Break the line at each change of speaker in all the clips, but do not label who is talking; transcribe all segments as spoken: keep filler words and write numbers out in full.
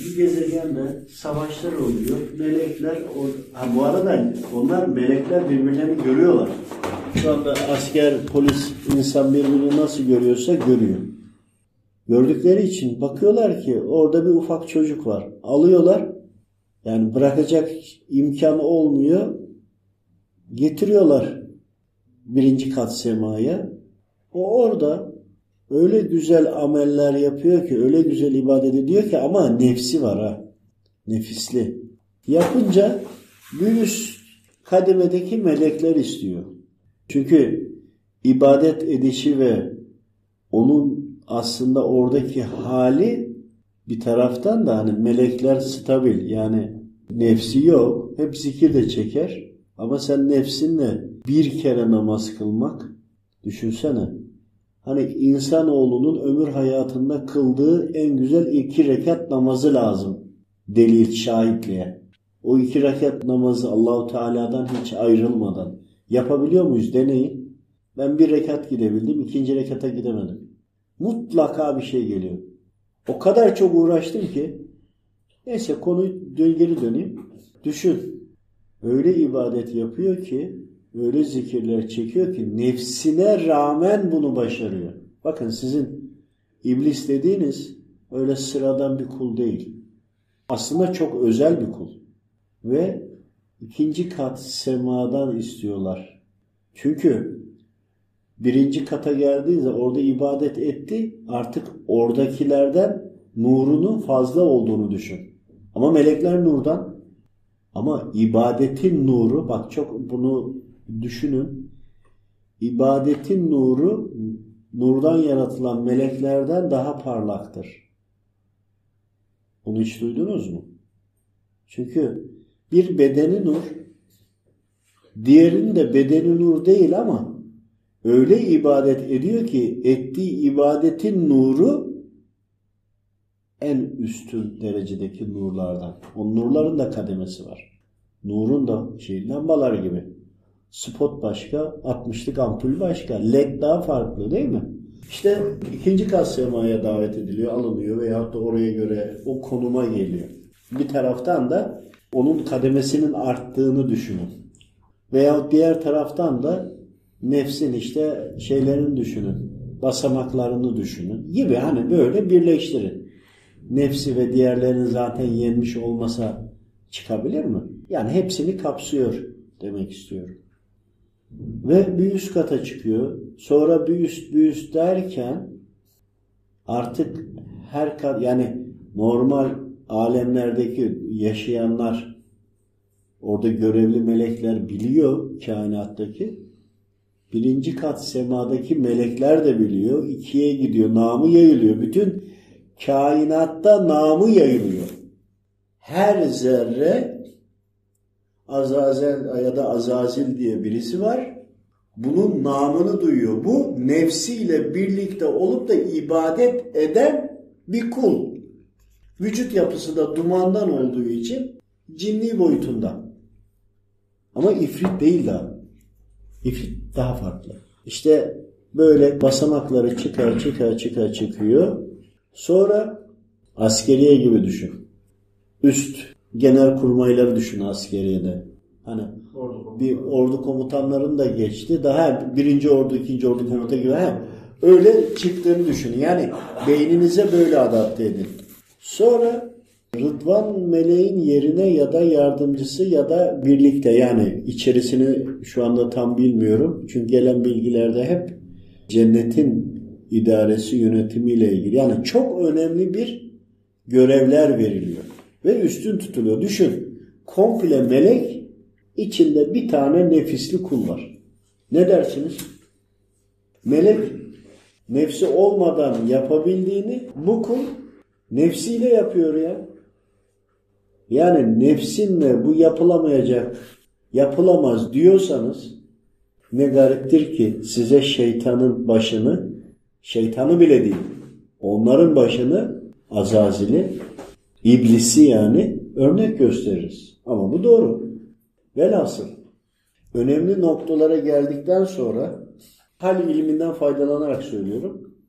bir gezegende savaşlar oluyor. Melekler, ha bu arada onlar melekler birbirlerini görüyorlar. Şu anda asker, polis, insan birbirini nasıl görüyorsa görüyor. Gördükleri için bakıyorlar ki orada bir ufak çocuk var. Alıyorlar. Yani bırakacak imkan olmuyor. Getiriyorlar birinci kat semaya. O orada öyle güzel ameller yapıyor ki, öyle güzel ibadet ediyor ki ama nefsi var ha. Nefisli. Yapınca bir üst kademedeki melekler istiyor. Çünkü ibadet edişi ve onun aslında oradaki hali bir taraftan da hani melekler stabil, yani nefsi yok. Hep zikir de çeker. Ama sen nefsinle bir kere namaz kılmak, düşünsene. Hani insanoğlunun ömür hayatında kıldığı en güzel iki rekat namazı lazım. Delil, şahitliğe. O iki rekat namazı Allahu Teala'dan hiç ayrılmadan yapabiliyor muyuz? Deneyin. Ben bir rekat gidebildim, ikinci rekata gidemedim. Mutlaka bir şey geliyor. O kadar çok uğraştım ki. Neyse konuyu geri döneyim. Düşün. Öyle ibadet yapıyor ki, öyle zikirler çekiyor ki nefsine rağmen bunu başarıyor. Bakın sizin iblis dediğiniz öyle sıradan bir kul değil. Aslında çok özel bir kul. Ve ikinci kat semadan istiyorlar. Çünkü birinci kata geldiğinde orada ibadet etti. Artık oradakilerden nurunun fazla olduğunu düşün. Ama melekler nurdan. Ama ibadetin nuru, bak çok bunu düşünün. İbadetin nuru nurdan yaratılan meleklerden daha parlaktır. Bunu hiç duydunuz mu? Çünkü bir bedeni nur, diğerinin de bedeni nur değil ama öyle ibadet ediyor ki ettiği ibadetin nuru en üstün derecedeki nurlardan. O nurların da kademesi var. Nurun da şey, lambalar gibi. Spot başka, altmışlık ampul başka. Led daha farklı değil mi? İşte ikinci kat semaya davet ediliyor, alınıyor veyahut da oraya göre o konuma geliyor. Bir taraftan da onun kademesinin arttığını düşünün. Veyahut diğer taraftan da nefsin işte şeylerini düşünün. Basamaklarını düşünün gibi, hani böyle birleştirin. Nefsi ve diğerlerinin zaten yenmiş olmasa çıkabilir mi? Yani hepsini kapsıyor demek istiyorum. Ve bir üst kata çıkıyor. Sonra bir üst bir üst derken artık her kat, yani normal alemlerdeki yaşayanlar, orada görevli melekler biliyor kainattaki. Birinci kat semadaki melekler de biliyor. İkiye gidiyor. Namı yayılıyor. Bütün kainatta namı yayılıyor. Her zerre Azazel ya da Azazil diye birisi var. Bunun namını duyuyor. Bu nefsiyle birlikte olup da ibadet eden bir kul. Vücut yapısı da dumandan olduğu için cinni boyutunda. Ama ifrit değil daha. İfrit daha farklı. İşte böyle basamakları çıkar çıkar çıkar çıkıyor. Sonra askeriye gibi düşün. Üst genel kurmayları düşün askeriyede. Hani ordu bir ordu komutanların da geçti. Daha birinci ordu, ikinci ordu komutanı gibi. He, öyle çıktığını düşünün. Yani beyninize böyle adapte edin. Sonra Rıdvan meleğin yerine ya da yardımcısı ya da birlikte, yani içerisini şu anda tam bilmiyorum. Çünkü gelen bilgilerde hep cennetin idaresi, yönetimiyle ilgili. Yani çok önemli bir görevler veriliyor. Ve üstün tutuluyor. Düşün, komple melek, içinde bir tane nefisli kul var. Ne dersiniz? Melek nefsi olmadan yapabildiğini bu kul nefsiyle yapıyor ya. Yani nefsinle bu yapılamayacak, yapılamaz diyorsanız ne gariptir ki size şeytanın başını, şeytanı bile değil, onların başını, Azazil'i, İblisi yani örnek gösteririz. Ama bu doğru. Velhasıl önemli noktalara geldikten sonra hal ilminden faydalanarak söylüyorum.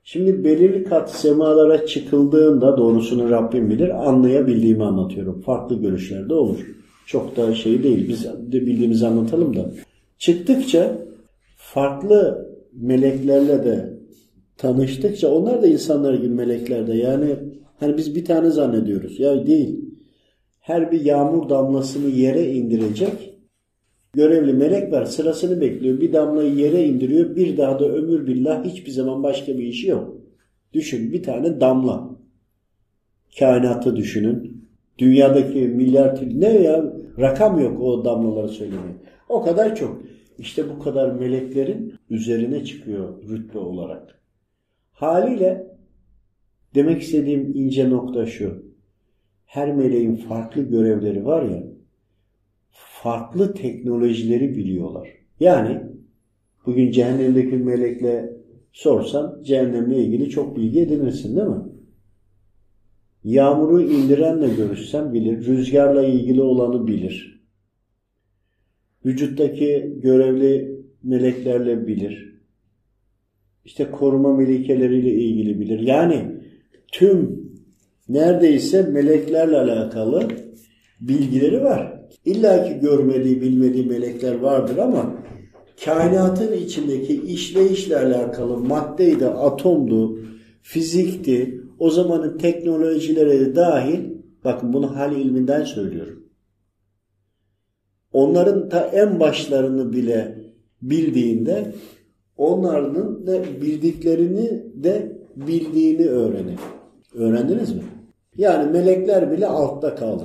Şimdi belirli kat semalara çıkıldığında, doğrusunu Rabbim bilir, anlayabildiğimi anlatıyorum. Farklı görüşlerde olur. Çok da şey değil, biz de bildiğimizi anlatalım da. Çıktıkça farklı meleklerle de tanıştıkça, onlar da insanlar gibi melekler de, yani hani biz bir tane zannediyoruz. Ya değil. Her bir yağmur damlasını yere indirecek görevli melek var. Sırasını bekliyor. Bir damlayı yere indiriyor. Bir daha da ömür billah hiçbir zaman başka bir işi yok. Düşün, bir tane damla. Kainatı düşünün. Dünyadaki milyar ne ya rakam yok o damlaları söylemeye. O kadar çok. İşte bu kadar meleklerin üzerine çıkıyor rütbe olarak. Haliyle demek istediğim ince nokta şu. Her meleğin farklı görevleri var ya, farklı teknolojileri biliyorlar. Yani bugün cehennemdeki melekle sorsan cehennemle ilgili çok bilgi edinirsin değil mi? Yağmuru indirenle görüşsen bilir, rüzgarla ilgili olanı bilir. Vücuttaki görevli meleklerle bilir. İşte koruma melekeleriyle ilgili bilir. Yani tüm neredeyse meleklerle alakalı bilgileri var. İlla ki görmediği, bilmediği melekler vardır ama kainatın içindeki işleyişle alakalı maddeydi, atomdu, fizikti, o zamanın teknolojileri de dahil, bakın bunu hal ilminden söylüyorum. Onların ta en başlarını bile bildiğinde onların da bildiklerini de bildiğini öğrenir. Öğrendiniz mi? Yani melekler bile altta kaldı.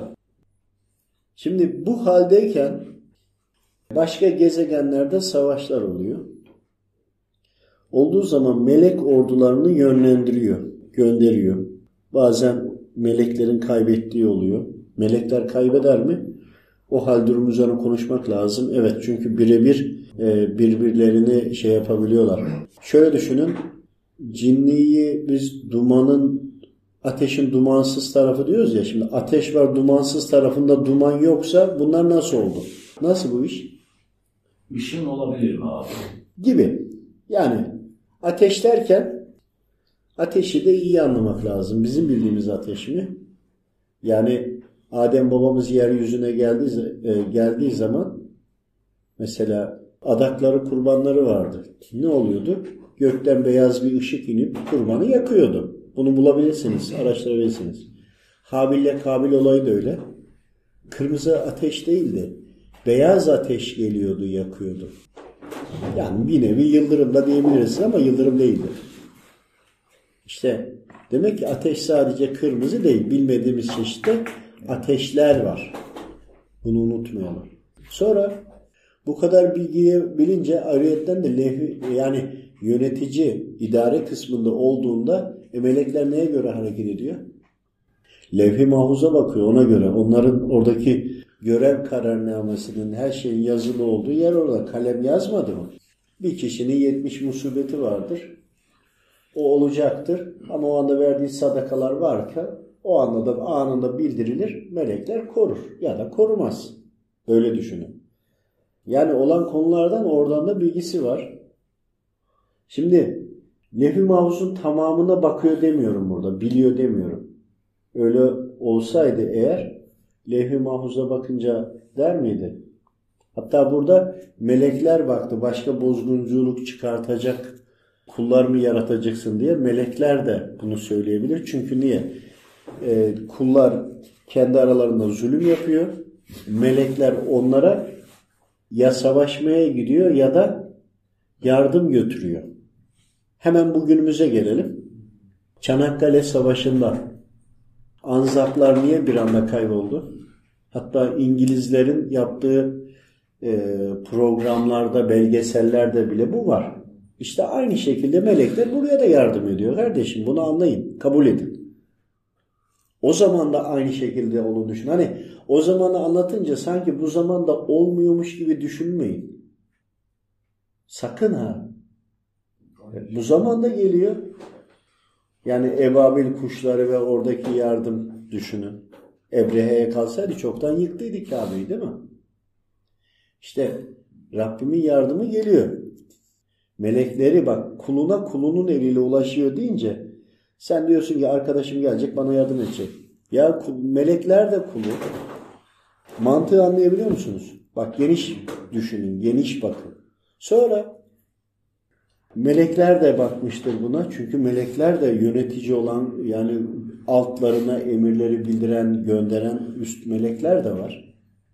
Şimdi bu haldeyken başka gezegenlerde savaşlar oluyor. Olduğu zaman melek ordularını yönlendiriyor, gönderiyor. Bazen meleklerin kaybettiği oluyor. Melekler kaybeder mi? O hal durum üzerine konuşmak lazım. Evet, çünkü birebir e, birbirlerini şey yapabiliyorlar. Şöyle düşünün, cinniyi biz dumanın, ateşin dumansız tarafı diyoruz ya. Şimdi ateş var, dumansız tarafında duman yoksa bunlar nasıl oldu? Nasıl bu iş?
Işın olabilir mi abi?
Gibi. Yani ateş derken ateşi de iyi anlamak lazım. Bizim bildiğimiz ateş mi? Yani Adem babamız yeryüzüne geldiği, e, geldiği zaman mesela adakları, kurbanları vardı. Ne oluyordu? Gökten beyaz bir ışık inip kurbanı yakıyordu. Bunu bulabilirsiniz, araştırabilirsiniz. Habil'le Kabil olayı da öyle. Kırmızı ateş değildi. Beyaz ateş geliyordu, yakıyordu. Yani bir nevi yıldırım da diyebiliriz ama yıldırım değildi. İşte demek ki ateş sadece kırmızı değil. Bilmediğimiz çeşitli ateşler var. Bunu unutmayalım. Sonra bu kadar bilgiyi bilince ayrıyetten de levh, yani yönetici, idare kısmında olduğunda e, melekler neye göre hareket ediyor? Levh-i mahfuza bakıyor ona göre. Onların oradaki görev kararnamesinin her şeyin yazılı olduğu yer orada. Kalem yazmadı mı? Bir kişinin yetmiş musibeti vardır. O olacaktır. Ama o anda verdiği sadakalar varken o anda da anında bildirilir. Melekler korur ya da korumaz. Öyle düşünün. Yani olan konulardan oradan da bilgisi var. Şimdi levh-i mahfuzun tamamına bakıyor demiyorum burada. Biliyor demiyorum. Öyle olsaydı eğer levh-i mahfuza bakınca der miydi? Hatta burada melekler baktı. Başka bozgunculuk çıkartacak kullar mı yaratacaksın diye melekler de bunu söyleyebilir. Çünkü niye? Ee, kullar kendi aralarında zulüm yapıyor. Melekler onlara ya savaşmaya gidiyor ya da yardım götürüyor. Hemen bugünümüze gelelim. Çanakkale Savaşı'nda Anzaklar niye bir anda kayboldu? Hatta İngilizlerin yaptığı e, programlarda, belgesellerde bile bu var. İşte aynı şekilde melekler buraya da yardım ediyor. Kardeşim bunu anlayın, kabul edin. O zaman da aynı şekilde onu düşün. Hani o zamanı anlatınca sanki bu zamanda olmuyormuş gibi düşünmeyin. Sakın ha. Bu zamanda geliyor. Yani ebabil kuşları ve oradaki yardım düşünün. Ebrehe'ye kalsaydı çoktan yıktıydı Kabe'yi değil mi? İşte Rabbimin yardımı geliyor. Melekleri bak kuluna kulunun eliyle ulaşıyor deyince sen diyorsun ki arkadaşım gelecek bana yardım edecek. Ya melekler de kulu. Mantığı anlayabiliyor musunuz? Bak geniş düşünün, geniş bakın. Sonra melekler de bakmıştır buna. Çünkü melekler de yönetici olan yani altlarına emirleri bildiren, gönderen üst melekler de var.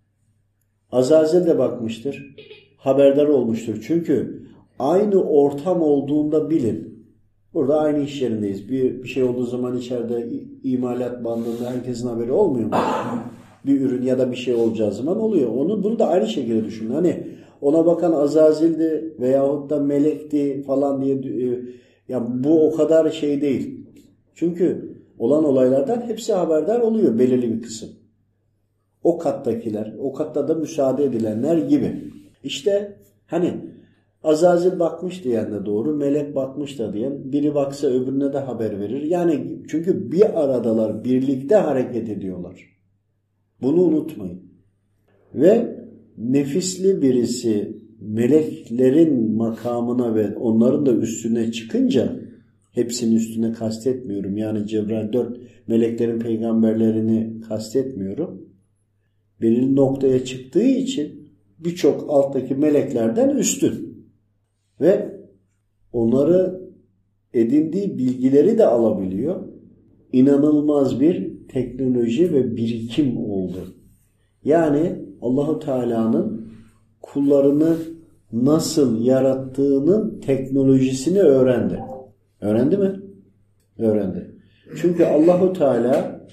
Azrail de bakmıştır. Haberdar olmuştur. Çünkü aynı ortam olduğunda bilin. Burada aynı iş yerindeyiz. Bir, bir şey olduğu zaman içeride imalat bandında herkesin haberi olmuyor mu? Bir ürün ya da bir şey olacağı zaman oluyor. Onu, bunu da aynı şekilde düşünün. Hani ona bakan Azrail'di veyahut da melekti falan diye ya bu o kadar şey değil. Çünkü olan olaylardan hepsi haberdar oluyor belirli bir kısım. O kattakiler, o katta da müsaade edilenler gibi. İşte hani Azrail bakmış diyen de doğru, melek bakmış da diyen, biri baksa öbürüne de haber verir. Yani çünkü bir aradalar, birlikte hareket ediyorlar. Bunu unutmayın. Ve nefisli birisi meleklerin makamına ve onların da üstüne çıkınca, hepsinin üstüne kastetmiyorum. Yani Cebrail dört meleklerin peygamberlerini kastetmiyorum. Belirli noktaya çıktığı için birçok alttaki meleklerden üstün. Ve onları edindiği bilgileri de alabiliyor. İnanılmaz bir teknoloji ve birikim oldu. Yani Allahu Teala'nın kullarını nasıl yarattığının teknolojisini öğrendi. Öğrendi mi? Öğrendi. Çünkü Allahu Teala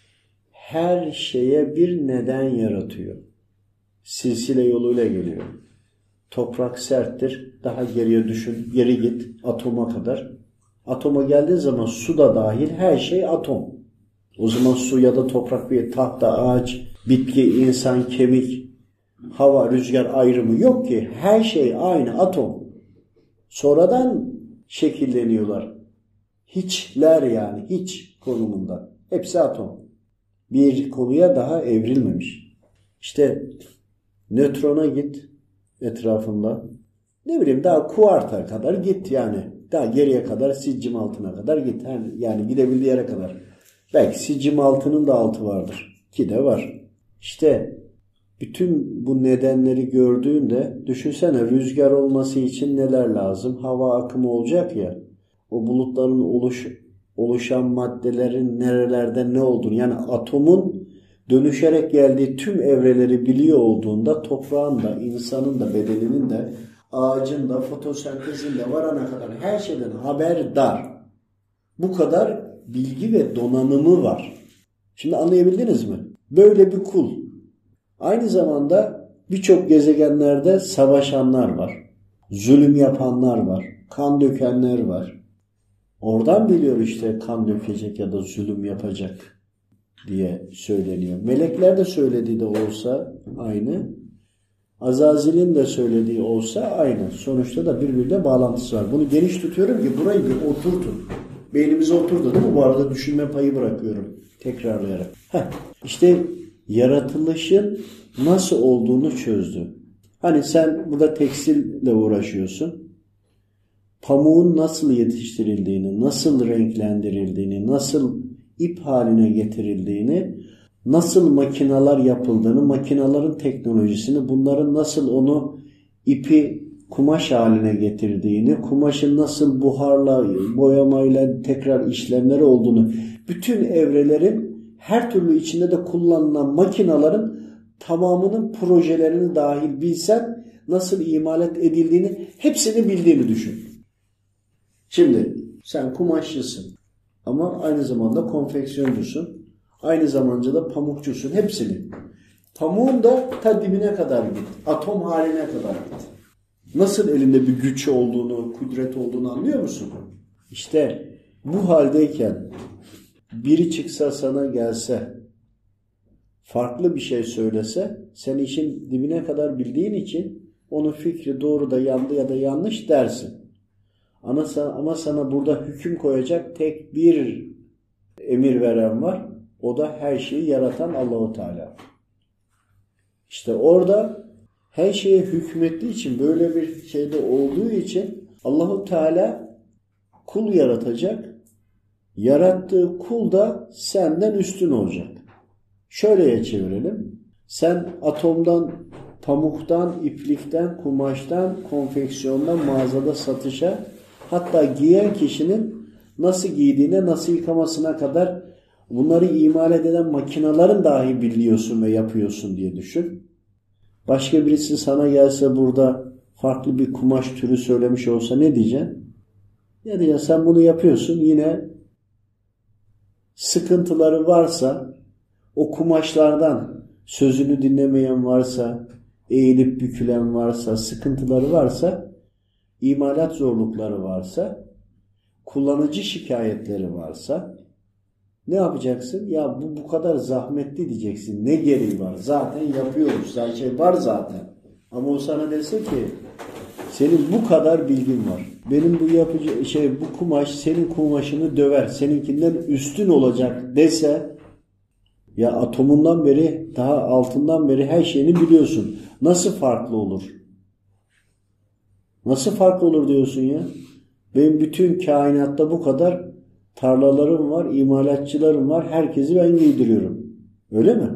her şeye bir neden yaratıyor. Silsile yoluyla geliyor. Toprak serttir. Daha geriye düşün. Geri git. Atoma kadar. Atoma geldiği zaman su da dahil her şey atom. O zaman su ya da toprak bir tahta, ağaç, bitki, insan, kemik, hava, rüzgar ayrımı yok ki. Her şey aynı atom. Sonradan şekilleniyorlar. Hiçler yani. Hiç konumunda. Hepsi atom. Bir konuya daha evrilmemiş. İşte nötrona git etrafında. Ne bileyim daha kuarta kadar git yani. Daha geriye kadar siccim altına kadar git. Yani gidebildiği yere kadar. Belki siccim altının da altı vardır. Ki de var. İşte bütün bu nedenleri gördüğünde düşünsene rüzgar olması için neler lazım? Hava akımı olacak ya. O bulutların oluş, oluşan maddelerin nerelerde ne olduğunu yani atomun dönüşerek geldiği tüm evreleri biliyor olduğunda toprağın da, insanın da, bedeninin de, ağacın da, fotosentezin de varana kadar her şeyden haberdar. Bu kadar bilgi ve donanımı var. Şimdi anlayabildiniz mi? Böyle bir kul. Aynı zamanda birçok gezegenlerde savaşanlar var. Zulüm yapanlar var. Kan dökenler var. Oradan biliyor işte kan dökecek ya da zulüm yapacak diye söyleniyor. Melekler de söylediği de olsa aynı. Azazil'in de söylediği olsa aynı. Sonuçta da birbirine bağlantısı var. Bunu geniş tutuyorum ki burayı bir oturtun. Beynimize oturdu değil mi? Bu arada düşünme payı bırakıyorum. Tekrarlayarak. Heh, işte yaratılışın nasıl olduğunu çözdü. Hani sen burada tekstille uğraşıyorsun. Pamuğun nasıl yetiştirildiğini, nasıl renklendirildiğini, nasıl ip haline getirildiğini, nasıl makineler yapıldığını, makinelerin teknolojisini, bunların nasıl onu ipi kumaş haline getirdiğini, kumaşın nasıl buharla, boyamayla tekrar işlemleri olduğunu, bütün evrelerin her türlü içinde de kullanılan makinelerin tamamının projelerini dahil bilsen nasıl imalat edildiğini, hepsini bildiğini düşün. Şimdi sen kumaşçısın ama aynı zamanda konfeksiyoncusun. Aynı zamanda da pamukçusun. Hepsini. Pamuğun da ta dibine kadar git. Atom haline kadar git. Nasıl elinde bir güç olduğunu, kudret olduğunu anlıyor musun? İşte bu haldeyken biri çıksa sana gelse, farklı bir şey söylese, sen işin dibine kadar bildiğin için onun fikri doğru da yandı ya da yanlış dersin. Ama sana, ama sana burada hüküm koyacak tek bir emir veren var. O da her şeyi yaratan Allahu Teala. İşte orada her şeye hükmettiği için, böyle bir şeyde olduğu için Allahu Teala kul yaratacak. Yarattığı kul da senden üstün olacak. Şöyleye çevirelim. Sen atomdan, pamuktan, iplikten, kumaştan, konfeksiyondan mağazada satışa, hatta giyen kişinin nasıl giydiğine, nasıl yıkamasına kadar bunları imal eden makinelerin dahi biliyorsun ve yapıyorsun diye düşün. Başka birisi sana gelse burada farklı bir kumaş türü söylemiş olsa ne diyeceksin? Ne diyeceksin? Sen bunu yapıyorsun, yine sıkıntıları varsa, o kumaşlardan sözünü dinlemeyen varsa, eğilip bükülen varsa, sıkıntıları varsa, imalat zorlukları varsa, kullanıcı şikayetleri varsa ne yapacaksın? Ya bu bu kadar zahmetli diyeceksin. Ne gereği var? Zaten yapıyoruz. Zaten şey var zaten. Ama o sana dese ki senin bu kadar bilgin var. Benim bu yapıcı şey bu kumaş senin kumaşını döver. Seninkinden üstün olacak dese, ya atomundan beri, daha altından beri her şeyini biliyorsun. Nasıl farklı olur? Nasıl farklı olur diyorsun ya? Benim bütün kainatta bu kadar tarlalarım var, imalatçılarım var. Herkesi ben giydiriyorum. Öyle mi?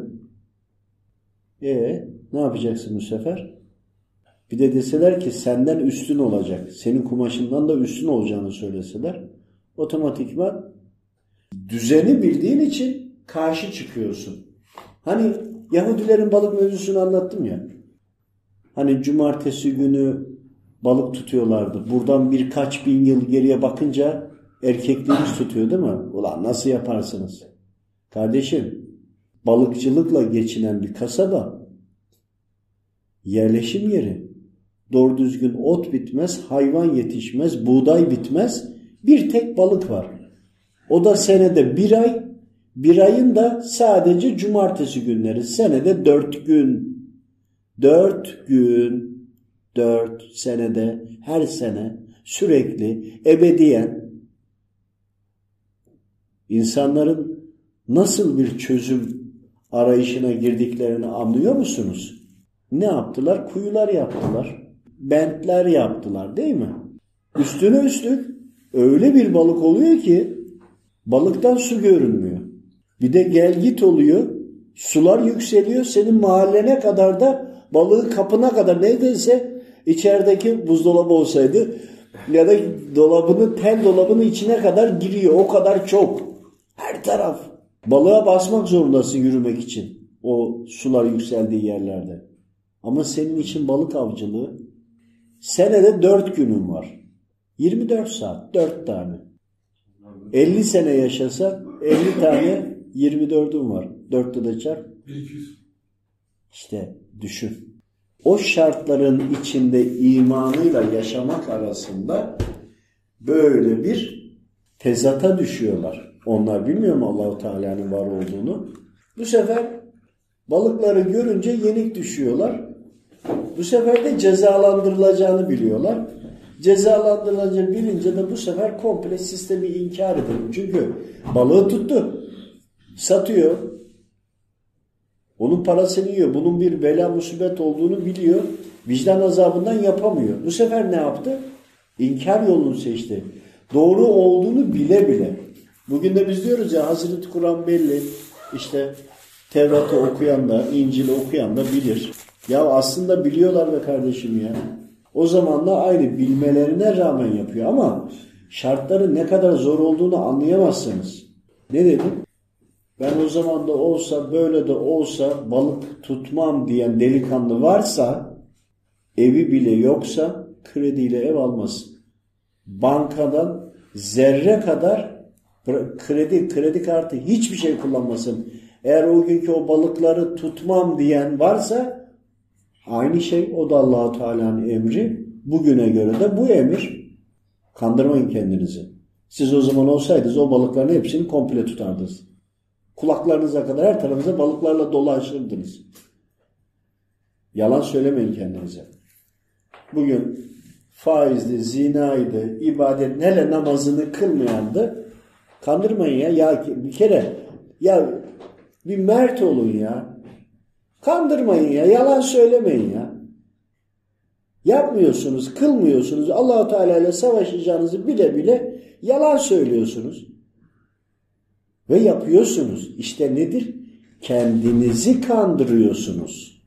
E ne yapacaksın bu sefer? Bir de deseler ki senden üstün olacak. Senin kumaşından da üstün olacağını söyleseler, otomatikman düzeni bildiğin için karşı çıkıyorsun. Hani Yahudilerin balık mevzusunu anlattım ya. Hani cumartesi günü balık tutuyorlardı. Buradan birkaç bin yıl geriye bakınca erkekliğimiz tutuyor değil mi? Ulan nasıl yaparsınız? Kardeşim, balıkçılıkla geçinen bir kasaba, yerleşim yeri. Doğru düzgün ot bitmez, hayvan yetişmez, buğday bitmez. Bir tek balık var. O da senede bir ay. Bir ayın da sadece cumartesi günleri. Senede dört gün. Dört gün. Dört senede, her sene, sürekli, ebediyen insanların nasıl bir çözüm arayışına girdiklerini anlıyor musunuz? Ne yaptılar? Kuyular yaptılar. Bentler yaptılar, değil mi? Üstüne üstlük öyle bir balık oluyor ki balıktan su görünmüyor. Bir de gel git oluyor. Sular yükseliyor. Senin mahallene kadar da, balığı kapına kadar, neredeyse içerideki buzdolabı olsaydı ya da dolabını, tel dolabının içine kadar giriyor. O kadar çok. Her taraf. Balığa basmak zorundasın yürümek için. O sular yükseldiği yerlerde. Ama senin için balık avcılığı, senede dört günün var. yirmi dört saat. dört tane. elli sene yaşasan elli tane yirmi dördün var. dörtte de çarp. İşte düşün. O şartların içinde imanıyla yaşamak arasında böyle bir tezata düşüyorlar. Onlar bilmiyor mu Allah-u Teala'nın var olduğunu? Bu sefer balıkları görünce yenik düşüyorlar. Bu sefer de cezalandırılacağını biliyorlar. Cezalandırılacağını bilince de bu sefer komple sistemi inkar edelim. Çünkü balığı tuttu, satıyor. Onun parasını yiyor. Bunun bir bela musibet olduğunu biliyor. Vicdan azabından yapamıyor. Bu sefer ne yaptı? İnkar yolunu seçti. Doğru olduğunu bile bile. Bugün de biz diyoruz ya, Hazreti Kur'an belli. İşte Tevrat'ı okuyan da, İncil'i okuyan da bilir. Ya aslında biliyorlar be kardeşim ya. O zaman da aynı bilmelerine rağmen yapıyor ama şartların ne kadar zor olduğunu anlayamazsınız. Ne dedim? Ben o zaman da olsa, böyle de olsa balık tutmam diyen delikanlı varsa, evi bile yoksa krediyle ev almasın. Bankadan zerre kadar kredi, kredi kartı hiçbir şey kullanmasın. Eğer o günkü o balıkları tutmam diyen varsa, aynı şey, o da Allah-u Teala'nın emri. Bugüne göre de bu emir. Kandırmayın kendinizi. Siz o zaman olsaydınız o balıkların hepsini komple tutardınız. Kulaklarınıza kadar her tarafınıza balıklarla dolaşırdınız. Yalan söylemeyin kendinize. Bugün faizdi, zinaydı, ibadet, hele namazını kılmayandı. Kandırmayın ya. Ya bir kere ya bir mert olun ya. Kandırmayın ya. Yalan söylemeyin ya. Yapmıyorsunuz, kılmıyorsunuz. Allah-u Teala ile savaşacağınızı bile bile yalan söylüyorsunuz. Ve yapıyorsunuz. İşte nedir? Kendinizi kandırıyorsunuz.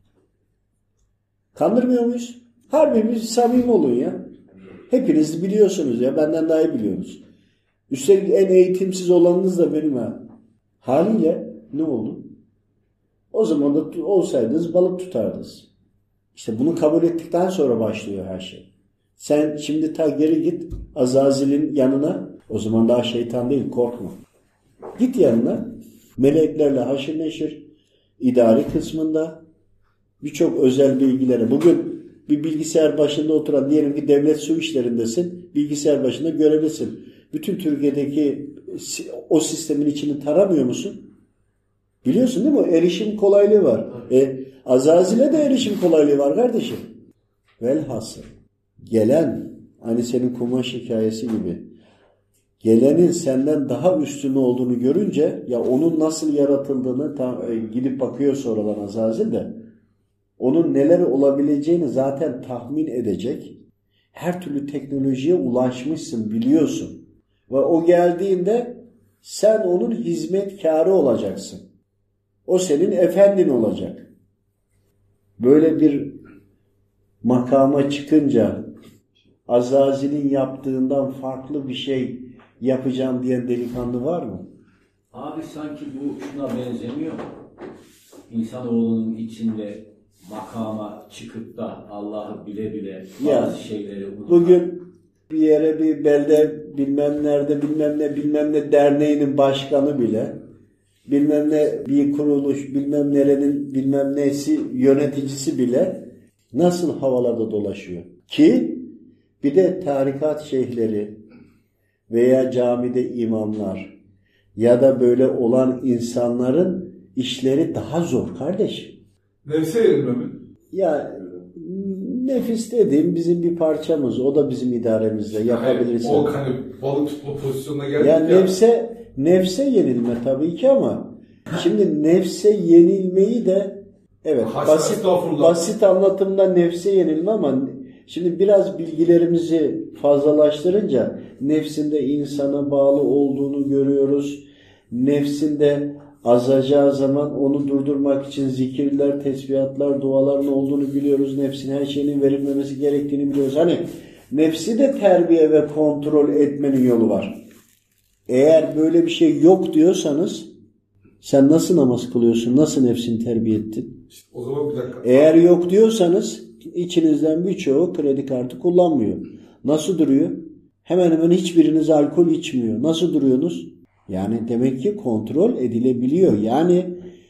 Kandırmıyor muyuz? Harbi bir samimi olun ya. Hepiniz biliyorsunuz ya. Benden daha iyi biliyorsunuz. Üstelik en eğitimsiz olanınız da benim ha. Haliyle ne oldu? O zaman da olsaydınız balık tutardınız. İşte bunu kabul ettikten sonra başlıyor her şey. Sen şimdi ta geri git Azazil'in yanına. O zaman daha şeytan değil, korkma. Git yanına. Meleklerle haşır neşir. İdari kısmında birçok özel bilgilere. Bugün bir bilgisayar başında oturan, diyelim ki devlet su işlerindesin. Bilgisayar başında görevlisin. Bütün Türkiye'deki o sistemin içini taramıyor musun? Biliyorsun değil mi? Erişim kolaylığı var. E, Azazil'e de erişim kolaylığı var kardeşim. Velhasıl gelen, hani senin kumaş hikayesi gibi, gelenin senden daha üstünü olduğunu görünce, ya onun nasıl yaratıldığını ta, e, gidip bakıyor sonradan Azazil de, onun neler olabileceğini zaten tahmin edecek. Her türlü teknolojiye ulaşmışsın, biliyorsun. Ve o geldiğinde sen onun hizmetkarı olacaksın. O senin efendin olacak. Böyle bir makama çıkınca Azazil'in yaptığından farklı bir şey yapacağım diyen delikanlı var mı?
Abi sanki bu şuna benzemiyor mu? İnsanoğlunun içinde makama çıkıp da Allah'ı bile bile bazı
ya,
şeyleri unutan.
Bugün bir yere, bir belde, bilmem nerede, bilmem ne, bilmem ne derneğinin başkanı bile, bilmem ne bir kuruluş, bilmem nerenin bilmem nesi yöneticisi bile nasıl havalarda dolaşıyor. Ki bir de tarikat şeyhleri veya camide imamlar ya da böyle olan insanların işleri daha zor kardeş.
Nefse yenilme mi?
Ya nefis dediğim bizim bir parçamız. O da bizim idaremizde yapabilirsin.
O hani balık tutma pozisyonuna geldik
yani
ya.
Nefse, nefse yenilme tabii ki ama şimdi nefse yenilmeyi de evet
Haşa,
basit, basit anlatımda nefse yenilme ama şimdi biraz bilgilerimizi fazlalaştırınca nefsinde insana bağlı olduğunu görüyoruz. Nefsinde azacağı zaman onu durdurmak için zikirler, tesbihatlar, duaların olduğunu biliyoruz. Nefsin her şeyinin verilmemesi gerektiğini biliyoruz. Hani nefsi de terbiye ve kontrol etmenin yolu var. Eğer böyle bir şey yok diyorsanız sen nasıl namaz kılıyorsun? Nasıl nefsini terbiye ettin?
İşte o zaman bir dakika.
Eğer yok diyorsanız içinizden birçoğu kredi kartı kullanmıyor. Nasıl duruyor? Hemen hemen hiçbiriniz alkol içmiyor. Nasıl duruyorsunuz? Yani demek ki kontrol edilebiliyor. Yani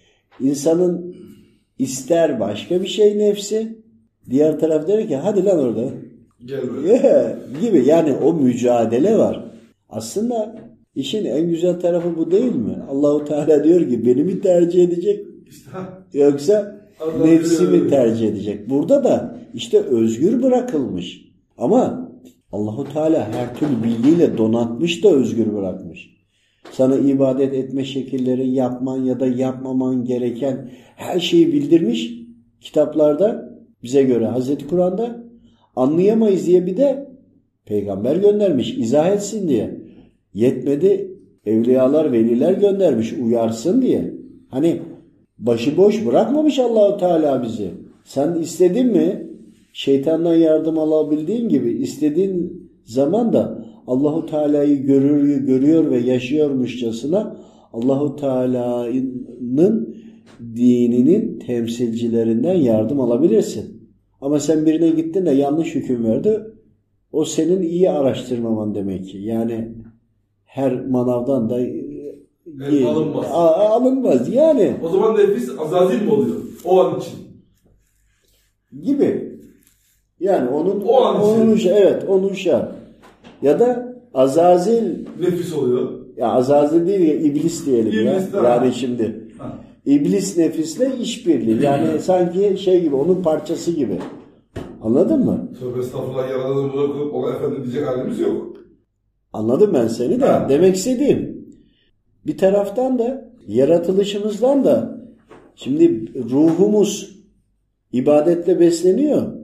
insanın ister başka bir şey nefsi, diğer taraf der ki hadi lan orada.
Gel böyle.
Yeah, gibi yani o mücadele var. Aslında işin en güzel tarafı bu değil mi? Allahu Teala diyor ki beni mi tercih edecek?
İşte, ha.
Yoksa
Allah
nefsimi
biliyor.
tercih edecek. Burada da işte özgür bırakılmış. Ama Allahu Teala her türlü bilgiyle donatmış da özgür bırakmış. Sana ibadet etme şekilleri, yapman ya da yapmaman gereken her şeyi bildirmiş kitaplarda, bize göre Hazreti Kur'an'da. Anlayamayız diye bir de peygamber göndermiş izah etsin diye. Yetmedi, evliyalar, veliler göndermiş uyarsın diye. Hani başıboş bırakmamış Allahu Teala bizi. Sen istedin mi şeytandan yardım alabildiğin gibi istediğin zaman da Allahu Teala'yı görür, görüyor ve yaşıyormuşçasına Allahu Teala'nın dininin temsilcilerinden yardım alabilirsin. Ama sen birine gittin de yanlış hüküm verdi. O senin iyi araştırmaman demek ki. Yani her manavdan da
Evet, alınmaz.
A- alınmaz. Yani
O zaman nefis azazil mi oluyor? O an için.
gibi. Yani onun
O an için.
onun evet onun şart. Ya da Azazil
Nefis oluyor.
ya Azazil değil ya iblis diyelim
İblis
ya.
de-
Yani şimdi
Ha.
iblis nefisle işbirliği. Yani sanki şey gibi onun parçası gibi. Anladın mı?
Tövbe estağfurullah yaradanı bırakıp ona efendim diyecek halimiz yok.
Anladım ben seni de.
Ha.
Demek istediğim bir taraftan da yaratılışımızdan da şimdi ruhumuz ibadetle besleniyor.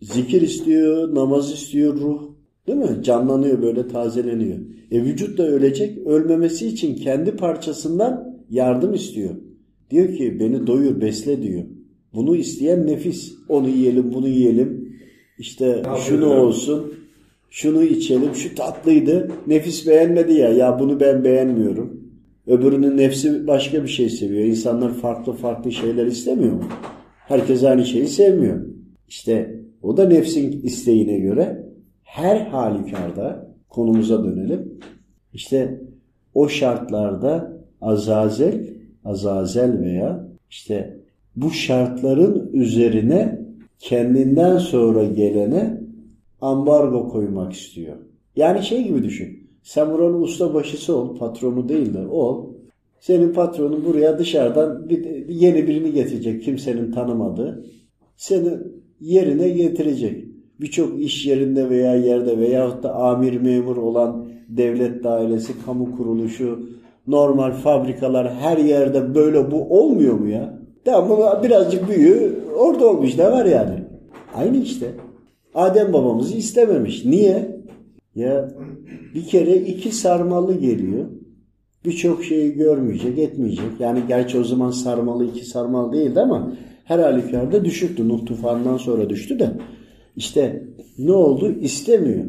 Zikir istiyor, namaz istiyor ruh. Değil mi? Canlanıyor, böyle tazeleniyor. E vücut da ölecek. Ölmemesi için kendi parçasından yardım istiyor. Diyor ki beni doyur, besle diyor. Bunu isteyen nefis. Onu yiyelim, bunu yiyelim. İşte şunu olsun, şunu içelim, şu tatlıydı. Nefis beğenmedi ya, ya bunu ben beğenmiyorum. Öbürünün nefsi başka bir şey seviyor. İnsanlar farklı farklı şeyler istemiyor mu? Herkes aynı şeyi sevmiyor. İşte o da nefsin isteğine göre her halükarda, konumuza dönelim. İşte o şartlarda Azazel, Azazel veya işte bu şartların üzerine kendinden sonra gelene ambargo koymak istiyor. Yani şey gibi düşün. Sen buranın ustabaşısı ol, patronu değil de ol. Senin patronun buraya dışarıdan bir, yeni birini getirecek, kimsenin tanımadığı. Seni yerine getirecek. Birçok iş yerinde veya yerde veyahut da amir memur olan devlet dairesi, kamu kuruluşu, normal fabrikalar her yerde böyle bu olmuyor mu ya? Tamam, birazcık büyüğü orada olmuş da var yani. Aynı işte. Adem babamızı istememiş. Niye? Ya bir kere iki sarmalı geliyor. Birçok şeyi görmeyecek, etmeyecek. Yani gerçi o zaman sarmalı iki sarmalı değildi ama her halükarda düşüktü. Nuh tufanından sonra düştü de. İşte ne oldu? İstemiyor.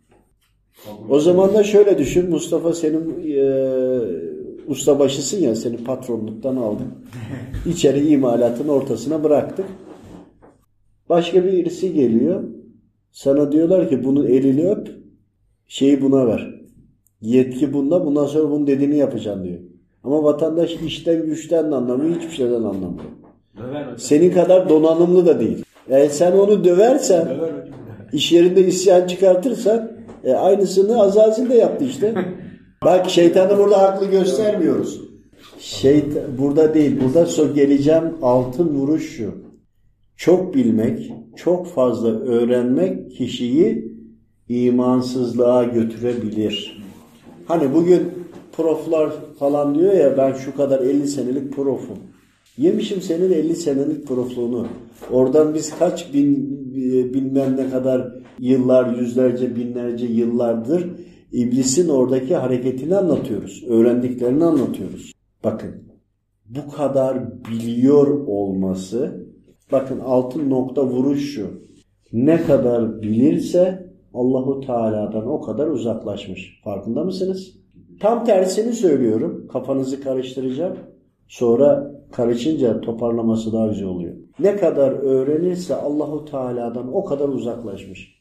O zaman da şöyle düşün. Mustafa senin e, ustabaşısın ya, seni patronluktan aldık. İçeri imalatın ortasına bıraktık. Başka birisi geliyor. Sana diyorlar ki bunun elini öp, şeyi buna ver. Yetki bunda, bundan sonra bunun dediğini yapacaksın diyor. Ama vatandaş işten güçten de anlamıyor, hiçbir şeyden anlamıyor. Senin kadar donanımlı da değil. Yani sen onu döversen, iş yerinde isyan çıkartırsan, e, aynısını Azazil de yaptı işte. Bak, şeytanı burada haklı göstermiyoruz. Şeytan, burada değil, burada so geleceğim altın vuruş şu. Çok bilmek, çok fazla öğrenmek kişiyi imansızlığa götürebilir. Hani bugün proflar falan diyor ya, ben şu kadar elli senelik profum. Yemişim senin elli senelik profluğunu. Oradan biz kaç bin bilmem ne kadar yıllar, yüzlerce, binlerce yıllardır iblisin oradaki hareketini anlatıyoruz. Öğrendiklerini anlatıyoruz. Bakın, bu kadar biliyor olması, bakın altın nokta vuruş şu. Ne kadar bilirse Allahu Teala'dan o kadar uzaklaşmış. Farkında mısınız? Tam tersini söylüyorum. Kafanızı karıştıracağım. Sonra karışınca toparlaması daha güzel oluyor. Ne kadar öğrenirse Allahu Teala'dan o kadar uzaklaşmış.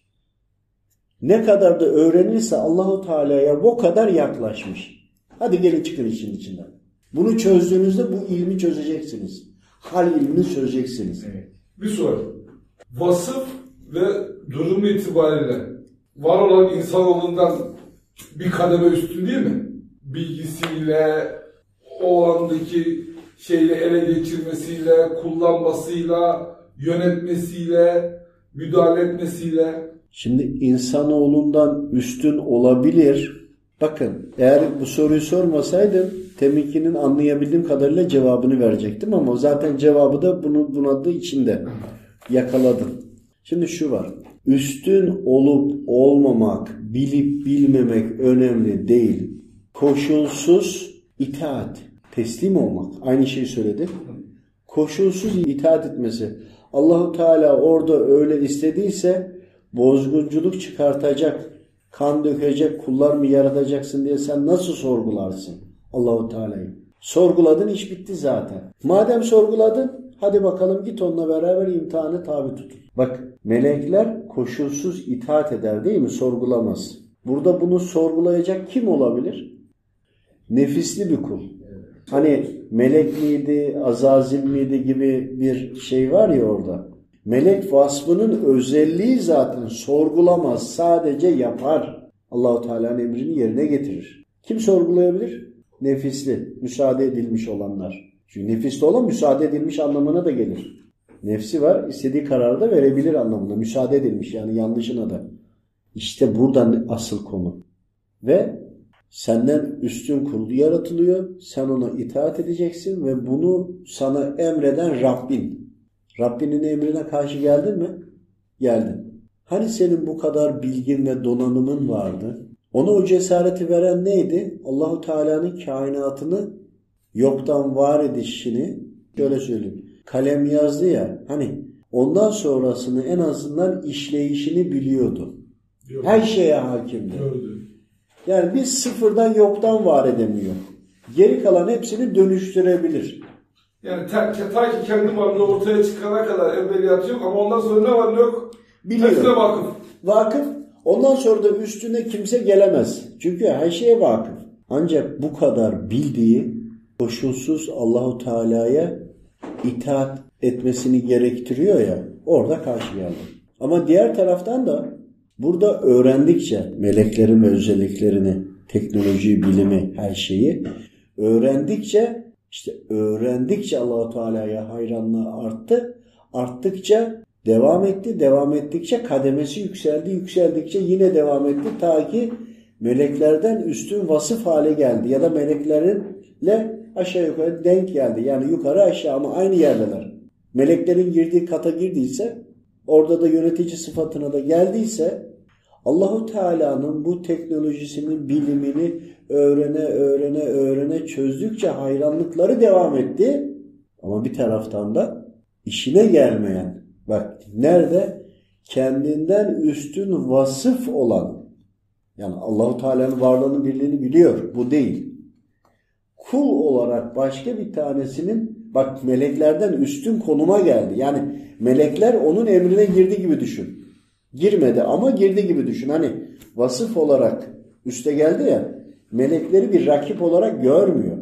Ne kadar da öğrenirse Allahu Teala'ya o kadar yaklaşmış. Hadi gelin çıkın işin içinden. Bunu çözdüğünüzde bu ilmi çözeceksiniz. Hal ilmini çözeceksiniz.
Evet. Bir soru. Vasıf ve durumu itibariyle var olan insanoğlundan bir kademe üstün değil mi? Bilgisiyle, o andaki şeyle ele geçirmesiyle, kullanmasıyla, yönetmesiyle, müdahale etmesiyle.
Şimdi insanoğlundan üstün olabilir. Bakın, eğer bu soruyu sormasaydım teminkinin anlayabildiğim kadarıyla cevabını verecektim ama zaten cevabı da bunu bunadığı içinde yakaladım. Şimdi şu var. Üstün olup olmamak, bilip bilmemek önemli değil. Koşulsuz itaat, teslim olmak. Aynı şeyi söyledim. Koşulsuz itaat etmesi. Allahu Teala orada öyle istediyse bozgunculuk çıkartacak, kan dökecek kullar mı yaratacaksın diye sen nasıl sorgularsın Allahu Teala'yı? Sorguladın, iş bitti zaten. Madem sorguladın, hadi bakalım git onunla beraber imtihanı tabi tutun. Bak, melekler koşulsuz itaat eder değil mi? Sorgulamaz. Burada bunu sorgulayacak kim olabilir? Nefisli bir kul. Hani melek miydi, Azazil miydi gibi bir şey var ya orada. Melek vasfının özelliği zaten sorgulamaz, sadece yapar. Allahu Teala'nın emrini yerine getirir. Kim sorgulayabilir? Nefisli, müsaade edilmiş olanlar. Çünkü nefisli olan müsaade edilmiş anlamına da gelir. Nefsi var, istediği kararı da verebilir anlamında. Müsaade edilmiş, yani yanlışına da. İşte buradan asıl konu. Ve senden üstün kul yaratılıyor. Sen ona itaat edeceksin ve bunu sana emreden Rabbin. Rabbinin emrine karşı geldin mi? geldin. Hani senin bu kadar bilgin ve donanımın vardı? Ona o cesareti veren neydi? Allahu Teala'nın kainatını yoktan var edişini, şöyle söyleyeyim. Kalem yazdı ya, hani ondan sonrasını en azından işleyişini biliyordu.
Gördüm.
Her şeye hakimdi.
Gördüm.
Yani biz sıfırdan yoktan var edemiyor. Geri kalan hepsini dönüştürebilir.
Yani ta, ta ki kendi varlığı ortaya çıkana kadar evveliyatı yok ama ondan sonra ne var ne yok?
Biliyor.
Hepsine vakıf.
Vakıf. Ondan sonra da üstüne kimse gelemez. Çünkü her şeye vakıf. Ancak bu kadar bildiği koşulsuz Allahu Teala'ya itaat etmesini gerektiriyor ya, orada karşı geldi. Ama diğer taraftan da burada öğrendikçe meleklerin ve özelliklerini, teknolojiyi, bilimi, her şeyi öğrendikçe işte öğrendikçe Allahu Teala'ya hayranlığı arttı. Arttıkça devam etti. Devam ettikçe kademesi yükseldi. Yükseldikçe yine devam etti. Ta ki meleklerden üstün vasıf hale geldi. Ya da meleklerinle aşağı yukarı denk geldi. Yani yukarı aşağı ama aynı yerdeler. Meleklerin girdiği kata girdiyse, orada da yönetici sıfatına da geldiyse, Allahu Teala'nın bu teknolojisinin bilimini öğrene öğrene öğrene çözdükçe hayranlıkları devam etti. Ama bir taraftan da işine gelmeyen, bak nerede? Kendinden üstün vasıf olan, yani Allahu Teala'nın varlığını, birliğini biliyor. Bu değil. Kul olarak başka bir tanesinin, bak meleklerden üstün konuma geldi. Yani melekler onun emrine girdi gibi düşün. Girmedi ama girdi gibi düşün. Hani vasıf olarak üste geldi ya, melekleri bir rakip olarak görmüyor.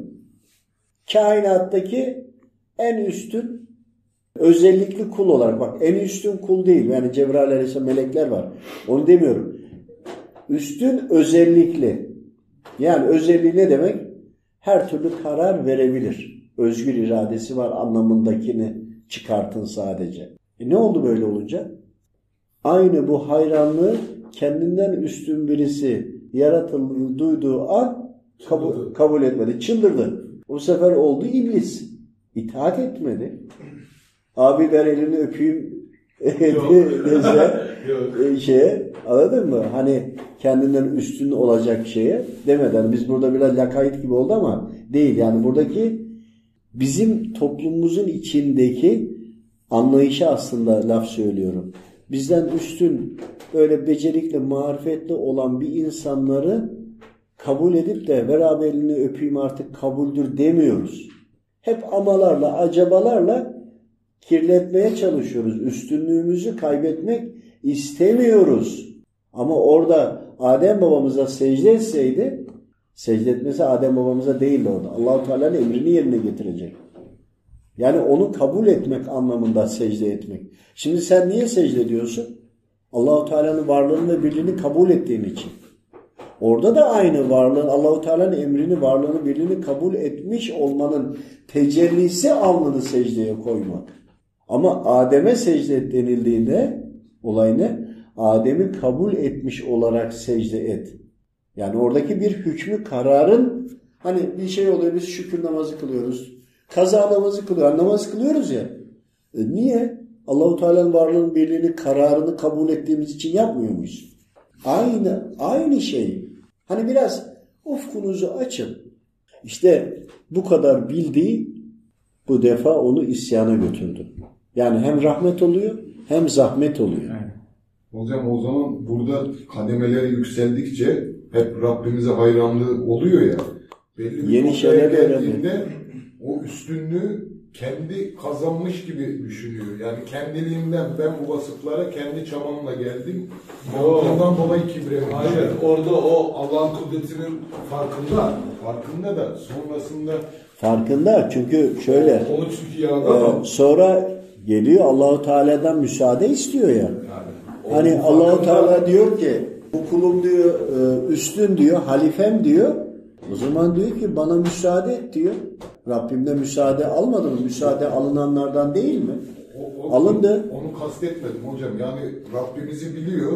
Kainattaki en üstün özellikli kul olarak, bak en üstün kul değil. Yani Cebrail Aleyhisselam, melekler var. Onu demiyorum. Üstün özellikli. Yani özelliği ne demek? Her türlü karar verebilir. Özgür iradesi var anlamındakini çıkartın sadece. E ne oldu böyle olunca? Aynı bu hayranlığı kendinden üstün birisi yaratıldığı duyduğu an kabul, kabul etmedi. Çıldırdı. O sefer oldu iblis. İtaat etmedi. Abi ver elini öpeyim dese şeye, anladın mı? Hani kendinden üstün olacak şeye demeden, biz burada biraz lakayt gibi oldu ama değil. Yani buradaki bizim toplumumuzun içindeki anlayışı aslında laf söylüyorum. Bizden üstün, böyle becerikli, marifetli olan bir insanları kabul edip de ver abi elini öpeyim artık kabuldür demiyoruz. Hep amalarla, acabalarla kirletmeye çalışıyoruz. Üstünlüğümüzü kaybetmek istemiyoruz. Ama orada Adem babamıza secde etseydi, secde etmesi Adem babamıza değildi orada. Allah-u Teala'nın emrini yerine getirecek. Yani onu kabul etmek anlamında secde etmek. Şimdi sen niye secde ediyorsun? Allah-u Teala'nın varlığını ve birliğini kabul ettiğin için. Orada da aynı varlığın, Allah-u Teala'nın emrini, varlığını, birliğini kabul etmiş olmanın tecellisi alnını secdeye koymak. Ama Adem'e secde denildiğinde olay ne? Adem'i kabul etmiş olarak secde et. Yani oradaki bir hükmü, kararın, hani bir şey oluyor, biz şükür namazı kılıyoruz. Kaza namazı kılıyor. Namaz kılıyoruz ya. E niye? Allah-u Teala'nın varlığının, birliğini, kararını kabul ettiğimiz için yapmıyor muyuz? Aynı, aynı şey. Hani biraz ufkunuzu açın. İşte bu kadar bildiği bu defa onu isyana götürdü. Yani hem rahmet oluyor hem zahmet oluyor.
Evet. Hocam o zaman burada kademeleri yükseldikçe hep Rabbimize hayranlığı oluyor ya. Belli bir
yeni şeyler
geldiğinde o üstünlüğü kendi kazanmış gibi düşünüyor. Yani kendiliğimden ben bu vasıflara kendi çabamla geldim. Ondan dolayı kibre.
Hayır, orada o Allah'ın kudretinin farkında.
Farkında da sonrasında
farkında, çünkü şöyle
Onu çünkü yaradan
e, sonra geliyor Allah-u Teala'dan müsaade istiyor ya. Yani, hani Allah-u Teala diyor ki bu kulum diyor üstün diyor, halifem diyor. O zaman diyor ki bana müsaade et diyor. Rabbimde müsaade almadı mı? Müsaade alınanlardan değil mi?
O, o,
Alındı.
Onu kastetmedim hocam. Yani Rabbimizi biliyor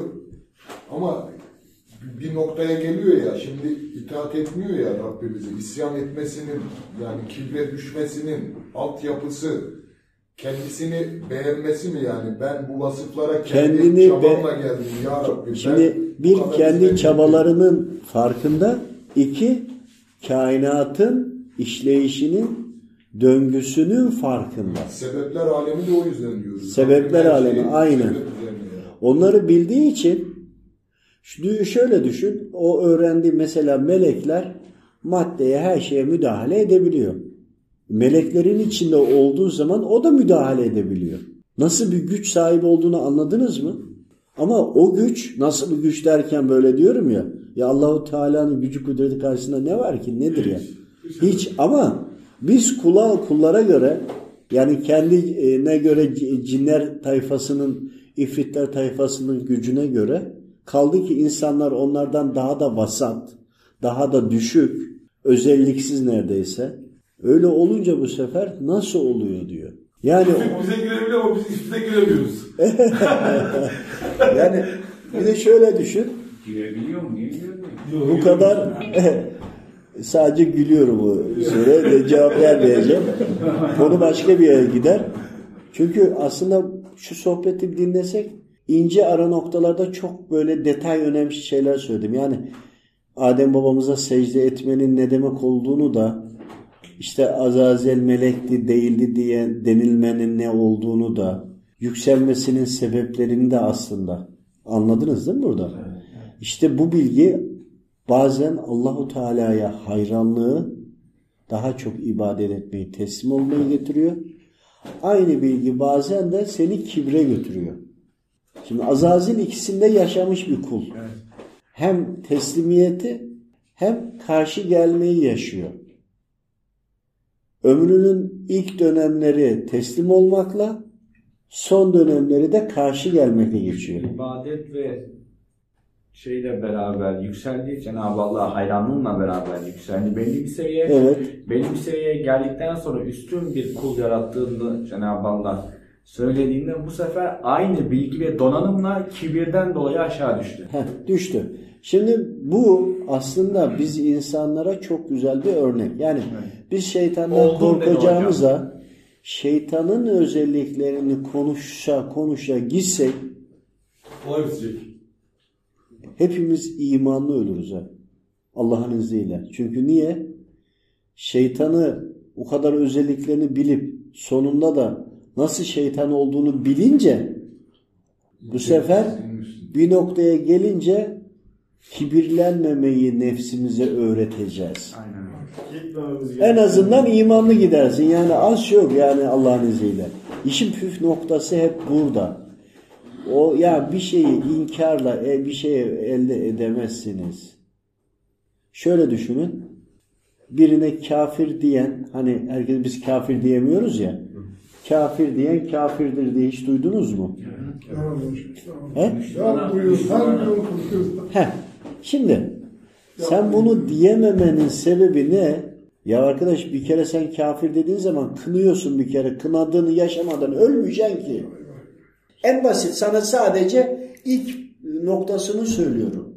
ama bir noktaya geliyor ya, şimdi itaat etmiyor ya Rabbimizi. İsyan etmesinin, yani kibre düşmesinin altyapısı kendisini beğenmesi mi yani? Ben bu vasıflara kendi
Kendini
çabamla
be-
geldim ya Rabbi.
Şimdi
Ben
bir
bu kadar
kendi
güzel-
çabalarının farkında, iki kainatın işleyişinin döngüsünün farkında.
Sebepler alemi de o yüzden diyoruz.
Sebepler
Her
alemi,
şey
aynen.
sebep üzerine yani.
Onları bildiği için şu- şöyle düşün, o öğrendiği mesela melekler maddeye, her şeye müdahale edebiliyor. Meleklerin içinde olduğu zaman o da müdahale edebiliyor. Nasıl bir güç sahibi olduğunu anladınız mı? Ama o güç, nasıl bir güç derken böyle diyorum ya, ya Allahu Teala'nın gücü kudreti karşısında ne var ki, nedir ya? Hiç. Ama biz kula, kullara göre, yani kendine göre cinler tayfasının, ifritler tayfasının gücüne göre, kaldı ki insanlar onlardan daha da vasat, daha da düşük, özelliksiz neredeyse. Öyle olunca bu sefer nasıl oluyor diyor. Yani
Bize girebiliyor ama biz bize giremiyoruz.
yani bir de şöyle düşün.
Girebiliyor mu? Niye giremiyor?
Bu kadar sadece gülüyorum bu soruya de cevap vermeyeceğim. Konu başka bir yere gider. Çünkü aslında şu sohbeti dinlesek ince ara noktalarda çok böyle detay önemli şeyler söyledim. Yani Adem babamıza secde etmenin ne demek olduğunu da, işte Azazel melekti değildi diye denilmenin ne olduğunu da, yükselmesinin sebeplerini de aslında anladınız değil mi burada? İşte bu bilgi bazen Allahu Teala'ya hayranlığı, daha çok ibadet etmeyi, teslim olmayı getiriyor. Aynı bilgi bazen de seni kibre götürüyor. Şimdi Azazil ikisinde yaşamış bir kul. Hem teslimiyeti hem karşı gelmeyi yaşıyor. Ömrünün ilk dönemleri teslim olmakla, son dönemleri de karşı gelmekle geçiyor.
İbadet ve şeyle beraber yükseldiği, Cenab-ı Allah hayranlığınla beraber yükseldi. Belli bir seviyeye,
Evet.
belli bir seviyeye geldikten sonra üstün bir kul yarattığını Cenab-ı Allah söylediğinde bu sefer aynı bilgi ve donanımla kibirden dolayı aşağı düştü.
Heh, düştü. Şimdi bu aslında biz insanlara çok güzel bir örnek. Yani biz şeytandan
Oldum dedi
korkacağımıza şeytanın özelliklerini konuşa konuşa gitsek
Olay bitecek.
hepimiz imanlı ölürüz ha. Allah'ın izniyle. Çünkü niye? Şeytanı o kadar özelliklerini bilip sonunda da nasıl şeytan olduğunu bilince bu sefer bir noktaya gelince kibirlenmemeyi nefsimize öğreteceğiz.
Aynen.
En azından imanlı gidersin. Yani az çok yani Allah'ın izniyle. İşin püf noktası hep burada. O ya bir şeyi inkarla bir şey elde edemezsiniz. Şöyle düşünün. Birine kafir diyen, hani herkes biz kafir diyemiyoruz ya. Kafir diyen kafirdir diye hiç duydunuz mu? He?
Ya buyur, her gün konuşuyoruz.
Heh. Şimdi sen bunu diyememenin sebebi ne? Ya arkadaş bir kere sen kafir dediğin zaman kınıyorsun bir kere. Kınadığını yaşamadan ölmeyeceksin ki. En basit sana sadece ilk noktasını söylüyorum.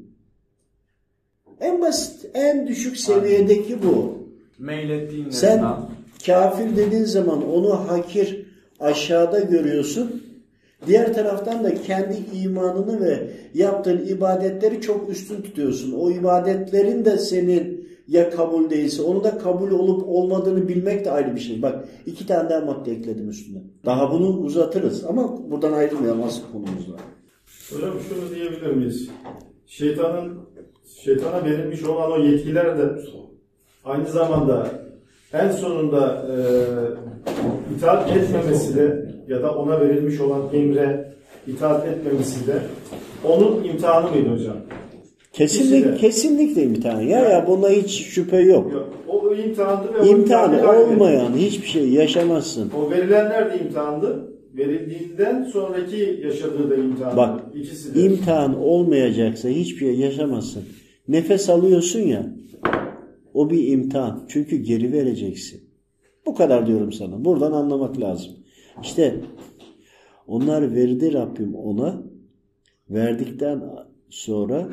En basit, en düşük seviyedeki bu.
Meylettiğin
Sen
nefsan.
kafir dediğin zaman onu hakir aşağıda görüyorsun. Diğer taraftan da kendi imanını ve yaptığın ibadetleri çok üstün tutuyorsun. O ibadetlerin de senin ya kabul değilse onu da kabul olup olmadığını bilmek de ayrı bir şey. Bak iki tane daha madde ekledim üstüne. Daha bunu uzatırız ama buradan ayrılmayalım asıl konumuz var.
Hocam şunu diyebilir miyiz? Şeytanın şeytana verilmiş olan o yetkiler de aynı zamanda en sonunda e, itaat etmemesi de ya da ona verilmiş olan emre itaat etmemesi de onun imtihanı mıydı hocam?
Kesinlikle, kesinlikle imtihan. Ya ya buna hiç şüphe yok.
Yok. O imtihandı ve o
İmtihanı
imtihanı
olmayan hiçbir şey yaşamazsın.
o verilenler de imtihandı. Verildiğinden sonraki yaşadığı da imtihan.
Bak,
İkisi de.
imtihan olmayacaksa hiçbir şey yaşamazsın. Nefes alıyorsun ya, o bir imtihan. Çünkü geri vereceksin. Bu kadar diyorum sana. Buradan anlamak lazım. İşte onlar verdi Rabbim ona. Verdikten sonra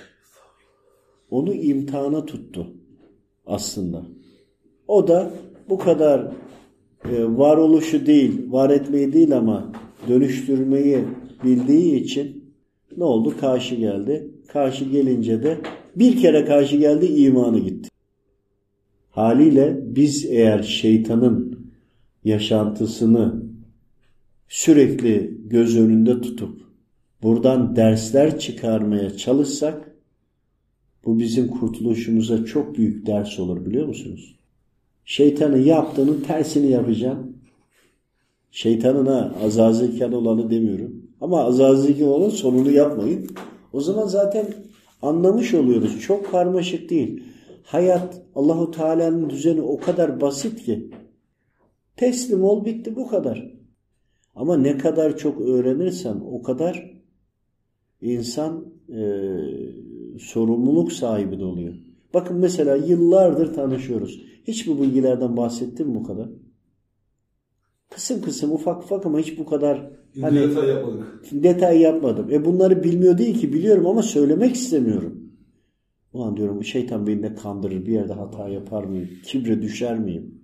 onu imtihana tuttu aslında. O da bu kadar e, varoluşu değil, var etmeyi değil ama dönüştürmeyi bildiği için ne oldu? Karşı geldi. Karşı gelince de bir kere karşı geldi, imanı gitti. Haliyle biz eğer şeytanın yaşantısını sürekli göz önünde tutup buradan dersler çıkarmaya çalışsak bu bizim kurtuluşumuza çok büyük ders olur, biliyor musunuz? Şeytanın yaptığının tersini yapacaksın. Şeytanın ha azazilken olanı demiyorum. Ama azazilken olan sonunu yapmayın. O zaman zaten anlamış oluyoruz. Çok karmaşık değil. Hayat, Allahu Teala'nın düzeni o kadar basit ki. Teslim ol, bitti, bu kadar. Ama ne kadar çok öğrenirsen o kadar insan e, sorumluluk sahibi de oluyor. Bakın mesela yıllardır tanışıyoruz. Hiç bu bilgilerden bahsettim mi bu kadar? Kısım kısım, ufak ufak ama hiç bu kadar hani,
detay yapmadık.
Detay yapmadım. E bunları bilmiyor değil ki, biliyorum ama söylemek istemiyorum. Ulan diyorum, bu şeytan beni de kandırır, bir yerde hata yapar mıyım? Kibre düşer miyim?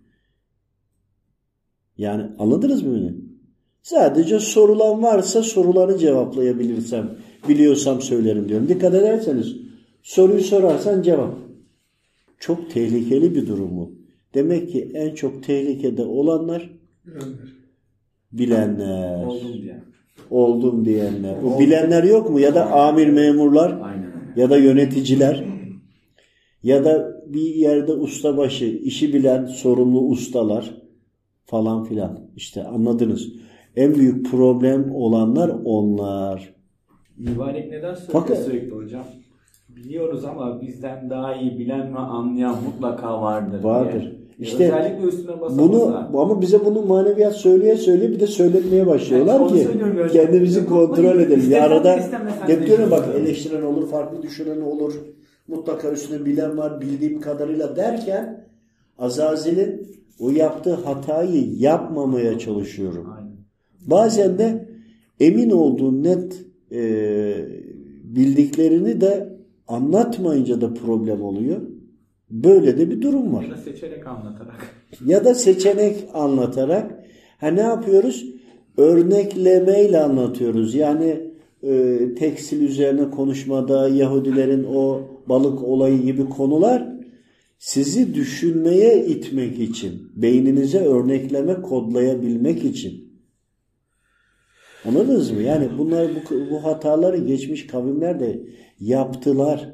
Yani anladınız mı beni? Sadece sorulan varsa soruları cevaplayabilirsem, biliyorsam söylerim diyorum. Dikkat ederseniz soruyu sorarsan cevap. Çok tehlikeli bir durum bu. Demek ki en çok tehlikede olanlar bilenler.
Oldum diye.
Oldum diyenler. O bilenler yok mu? Ya da amir memurlar,
Aynen.
ya da yöneticiler, ya da bir yerde ustabaşı, işi bilen sorumlu ustalar falan filan. İşte anladınız. En büyük problem olanlar onlar.
Mübarek neden söylüyor
Fakat-
sürekli hocam? Biliyoruz ama bizden daha iyi bilen ve anlayan mutlaka vardır.
Vardır.
diye.
İşte
özellikle üstüne basamazsa.
Bunu ama bize bunu maneviyat söyleye söyleye bir de söyletmeye başlıyorlar
Yani onu
ki
söylüyorum hocam.
kendimizi kontrol edelim. Bir
İstesen de
arada
istemesen de
hep diyorum bak,
yaşıyoruz.
eleştiren olur, farklı düşünen olur. Mutlaka üstüne bilen var, bildiğim kadarıyla derken Azazil'in o yaptığı hatayı yapmamaya çalışıyorum.
Aynen.
Bazen de emin olduğun net e, bildiklerini de anlatmayınca da problem oluyor. Böyle de bir durum var.
Ya da seçerek anlatarak.
Ya da seçenek anlatarak. Ha, ne yapıyoruz? Örneklemeyle anlatıyoruz. Yani e, tekstil üzerine konuşmada Yahudilerin o balık olayı gibi konular sizi düşünmeye itmek için, beyninize örnekleme kodlayabilmek için. Anladınız mı? Yani bunlar bu, bu hataları geçmiş kavimler de yaptılar.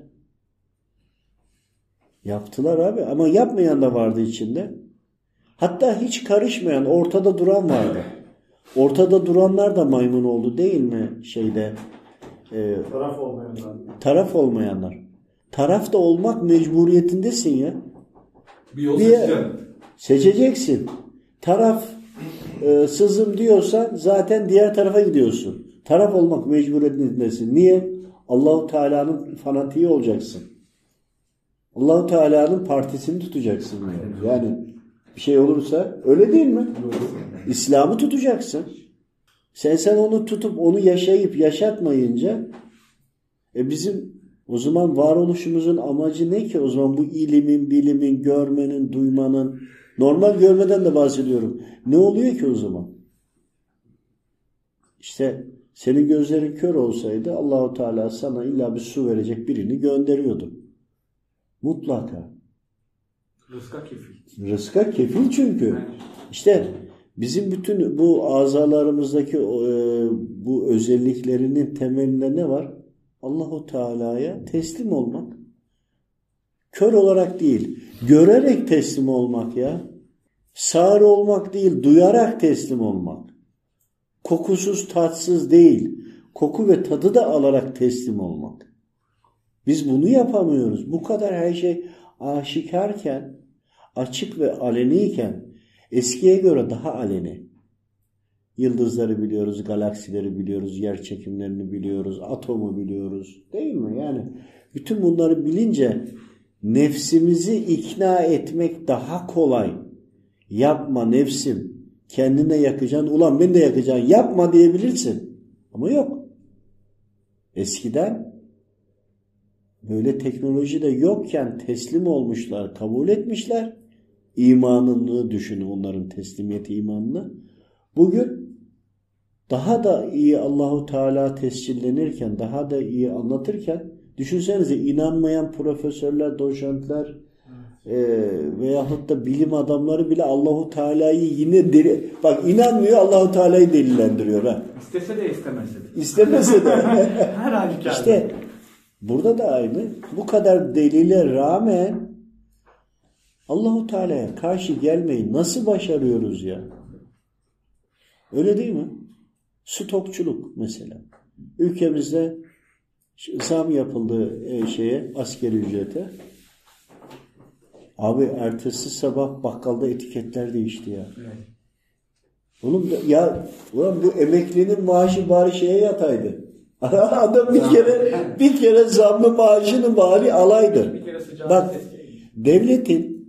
Yaptılar abi. Ama yapmayan da vardı içinde. Hatta hiç karışmayan, ortada duran vardı. Ortada duranlar da maymun oldu değil mi şeyde? E,
Taraf olmayanlar.
taraf olmayanlar. Taraf da olmak mecburiyetindesin ya.
Bir yol
Bir-
seçeceğim.
Seçeceksin. Taraf e, sızım diyorsan zaten diğer tarafa gidiyorsun. Taraf olmak mecburiyetindesin. Niye? Allahu Teala'nın fanatiği olacaksın. Allahu Teala'nın partisini tutacaksın. Yani. yani bir şey olursa öyle değil mi? İslam'ı tutacaksın. Sen sen onu tutup onu yaşayıp yaşatmayınca e bizim o zaman varoluşumuzun amacı ne ki? O zaman bu ilimin, bilimin, görmenin, duymanın, normal görmeden de bahsediyorum. Ne oluyor ki o zaman? İşte senin gözlerin kör olsaydı Allahu Teala sana illa bir su verecek birini gönderiyordu. Mutlaka.
Rızka kefil.
Rızka kefil çünkü. İşte bizim bütün bu azalarımızdaki e, bu özelliklerinin temelinde ne var? Allahu Teala'ya teslim olmak. Kör olarak değil, görerek teslim olmak ya. Sağır olmak değil, duyarak teslim olmak. Kokusuz, tatsız değil, koku ve tadı da alarak teslim olmak. Biz bunu yapamıyoruz. Bu kadar her şey aşikarken, açık ve aleniyken eskiye göre daha aleni. Yıldızları biliyoruz, galaksileri biliyoruz, yer çekimlerini biliyoruz, atomu biliyoruz. Değil mi? Yani bütün bunları bilince nefsimizi ikna etmek daha kolay. Yapma nefsim. Kendine yakacaksın. Ulan beni de yakacaksın. Yapma diyebilirsin. Ama yok. Eskiden böyle teknoloji de yokken teslim olmuşlar, kabul etmişler. imanını düşünün, onların teslimiyet imanını. Bugün daha da iyi Allahu Teala tescillenirken, daha da iyi anlatırken düşünsenize inanmayan profesörler, doçentler e, veyahut da bilim adamları bile Allahu Teala'yı yine deli, bak inanmıyor, Allahu Teala'yı delillendiriyor ha.
İstese de istemese de.
İstemese de.
Her halükarda.
İşte burada da aynı. Bu kadar delile rağmen Allahu Teala'ya karşı gelmeyi nasıl başarıyoruz ya? Öyle değil mi? Stokçuluk mesela. Ülkemizde zam yapıldı şeye, asgari ücrete. Abi ertesi sabah bakkalda etiketler değişti ya.
Evet.
Oğlum da, ya ulan bu emeklinin maaşı bari şeye yataydı. Adam bir kere bir kere zamlı maaşını bari alaydı.
Bir kere sıcağı
Bak
sesleyin.
devletin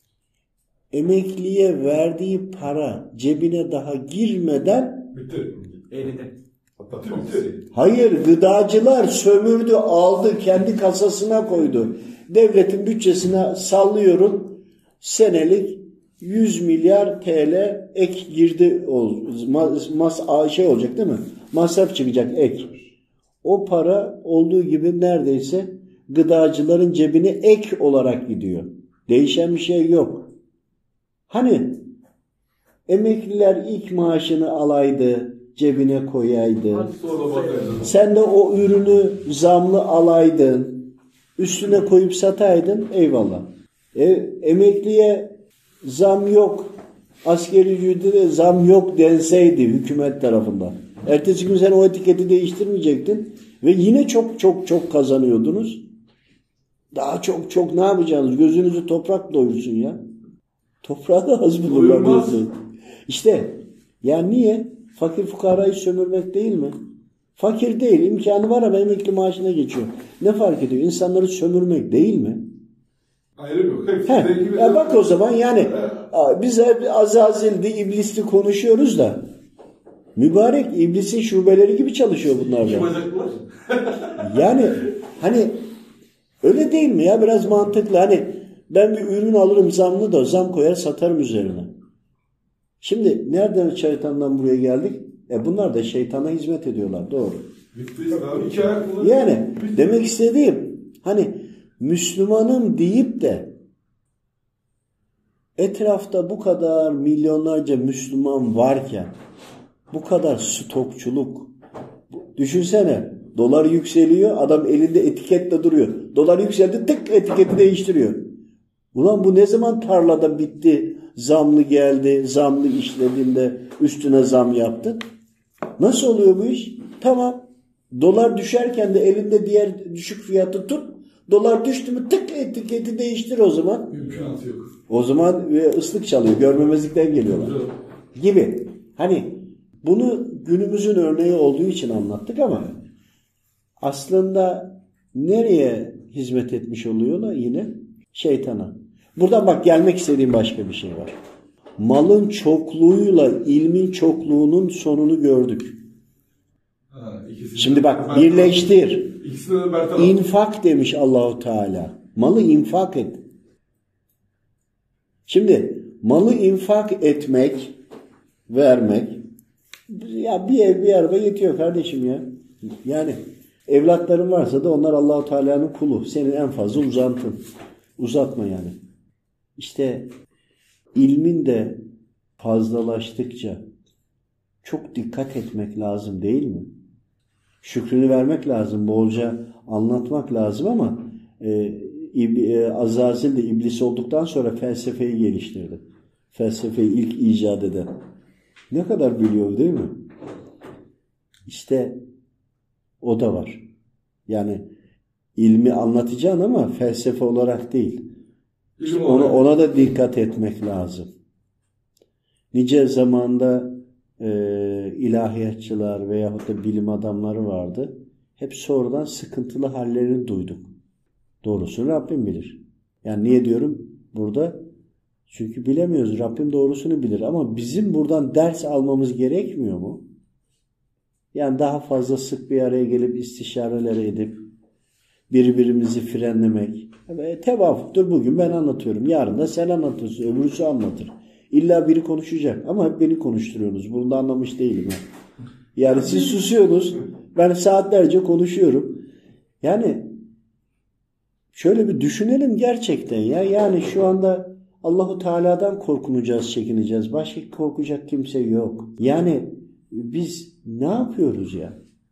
emekliye verdiği para cebine daha girmeden
Bitti.
Eridi.
Hatta bitti.
hayır gıdacılar sömürdü, aldı, kendi kasasına koydu. Devletin bütçesine sallıyorum senelik yüz milyar T L ek girdi mas, mas şey olacak değil mi? Masraf çıkacak ek. O para olduğu gibi neredeyse gıdacıların cebine ek olarak gidiyor. Değişen bir şey yok. Hani emekliler ilk maaşını alaydı, cebine koyaydı.
Hadi sonra bakalım.
Sen de o ürünü zamlı alaydın, üstüne koyup sataydın, eyvallah. E, emekliye zam yok, asgari ücrete zam yok denseydi hükümet tarafından. Ertesi gün sen o etiketi değiştirmeyecektin ve yine çok çok çok kazanıyordunuz. Daha çok çok ne yapacaksınız? Gözünüzü toprak doyursun ya. Toprağa da az bulurlar diyorsun. İşte yani niye? Fakir fukarayı sömürmek değil mi? Fakir değil, imkanı var ama emekli maaşına geçiyor. Ne fark ediyor? İnsanları sömürmek değil mi?
Ayrım yok. Hepsi
He,
zengin ve
ya bak o zaman yani biz hep Azazil'de, iblisli konuşuyoruz da mübarek iblisin şubeleri gibi çalışıyor bunlar
İki
da.
bacaklılar.
Yani hani öyle değil mi ya? Biraz mantıklı. Hani ben bir ürün alırım zamlı da zam koyar satarım üzerine. Şimdi nereden şeytandan buraya geldik? E bunlar da şeytana hizmet ediyorlar. Doğru.
Bitti. Abi iki ayaklı.
Yani demek istediğim hani Müslümanım deyip de etrafta bu kadar milyonlarca Müslüman varken bu kadar stokçuluk, düşünsene dolar yükseliyor, adam elinde etiketle duruyor. Dolar yükseldi, tık etiketi değiştiriyor. Ulan bu ne zaman tarlada bitti, zamlı geldi, zamlı işlediğinde üstüne zam yaptın? Nasıl oluyor bu iş? Tamam, dolar düşerken de elinde diğer düşük fiyatı tut, dolar düştü mü tık etiketi değiştir o zaman.
İmkanı yok.
O zaman ıslık çalıyor, görmemezlikten geliyorlar. Gibi. Hani bunu günümüzün örneği olduğu için anlattık ama aslında nereye hizmet etmiş oluyorlar yine? Şeytana. Buradan bak gelmek istediğim başka bir şey var. Malın çokluğuyla ilmin çokluğunun sonunu gördük.
Ha,
Şimdi bak birleştir.
İkisine de bertaraf.
İnfak demiş Allahu Teala. Malı infak et. Şimdi malı infak etmek, vermek, ya bir ev bir araba yetiyor kardeşim ya. Yani evlatların varsa da onlar Allahu Teala'nın kulu. Senin en fazla uzantın. Uzatma yani. İşte ilmin de fazlalaştıkça çok dikkat etmek lazım değil mi? Şükrünü vermek lazım, bolca anlatmak lazım ama e, e, Azazil de iblis olduktan sonra felsefeyi geliştirdi. Felsefeyi ilk icat eden. Ne kadar biliyor değil mi? İşte o da var. Yani ilmi anlatacaksın ama felsefe olarak değil. İşte ona, ona da dikkat etmek lazım. Nice zamanda e, ilahiyatçılar veyahut da bilim adamları vardı. Hep sonradan sıkıntılı hallerini duyduk. Doğrusunu Rabbim bilir. Yani niye diyorum burada? Çünkü bilemiyoruz. Rabbim doğrusunu bilir. Ama bizim buradan ders almamız gerekmiyor mu? Yani daha fazla sık bir araya gelip istişareler edip birbirimizi frenlemek. E, tevafuktur, bugün ben anlatıyorum. Yarın da sen anlatırsın, öbürüsü anlatır. İlla biri konuşacak ama hep beni konuşturuyorsunuz. Bunu da anlamış değilim. Ha. Yani siz susuyorsunuz, ben saatlerce konuşuyorum. Yani şöyle bir düşünelim gerçekten ya. Yani şu anda Allahu Teala'dan korkunacağız, çekineceğiz. Başka korkacak kimse yok. Yani biz ne yapıyoruz ya?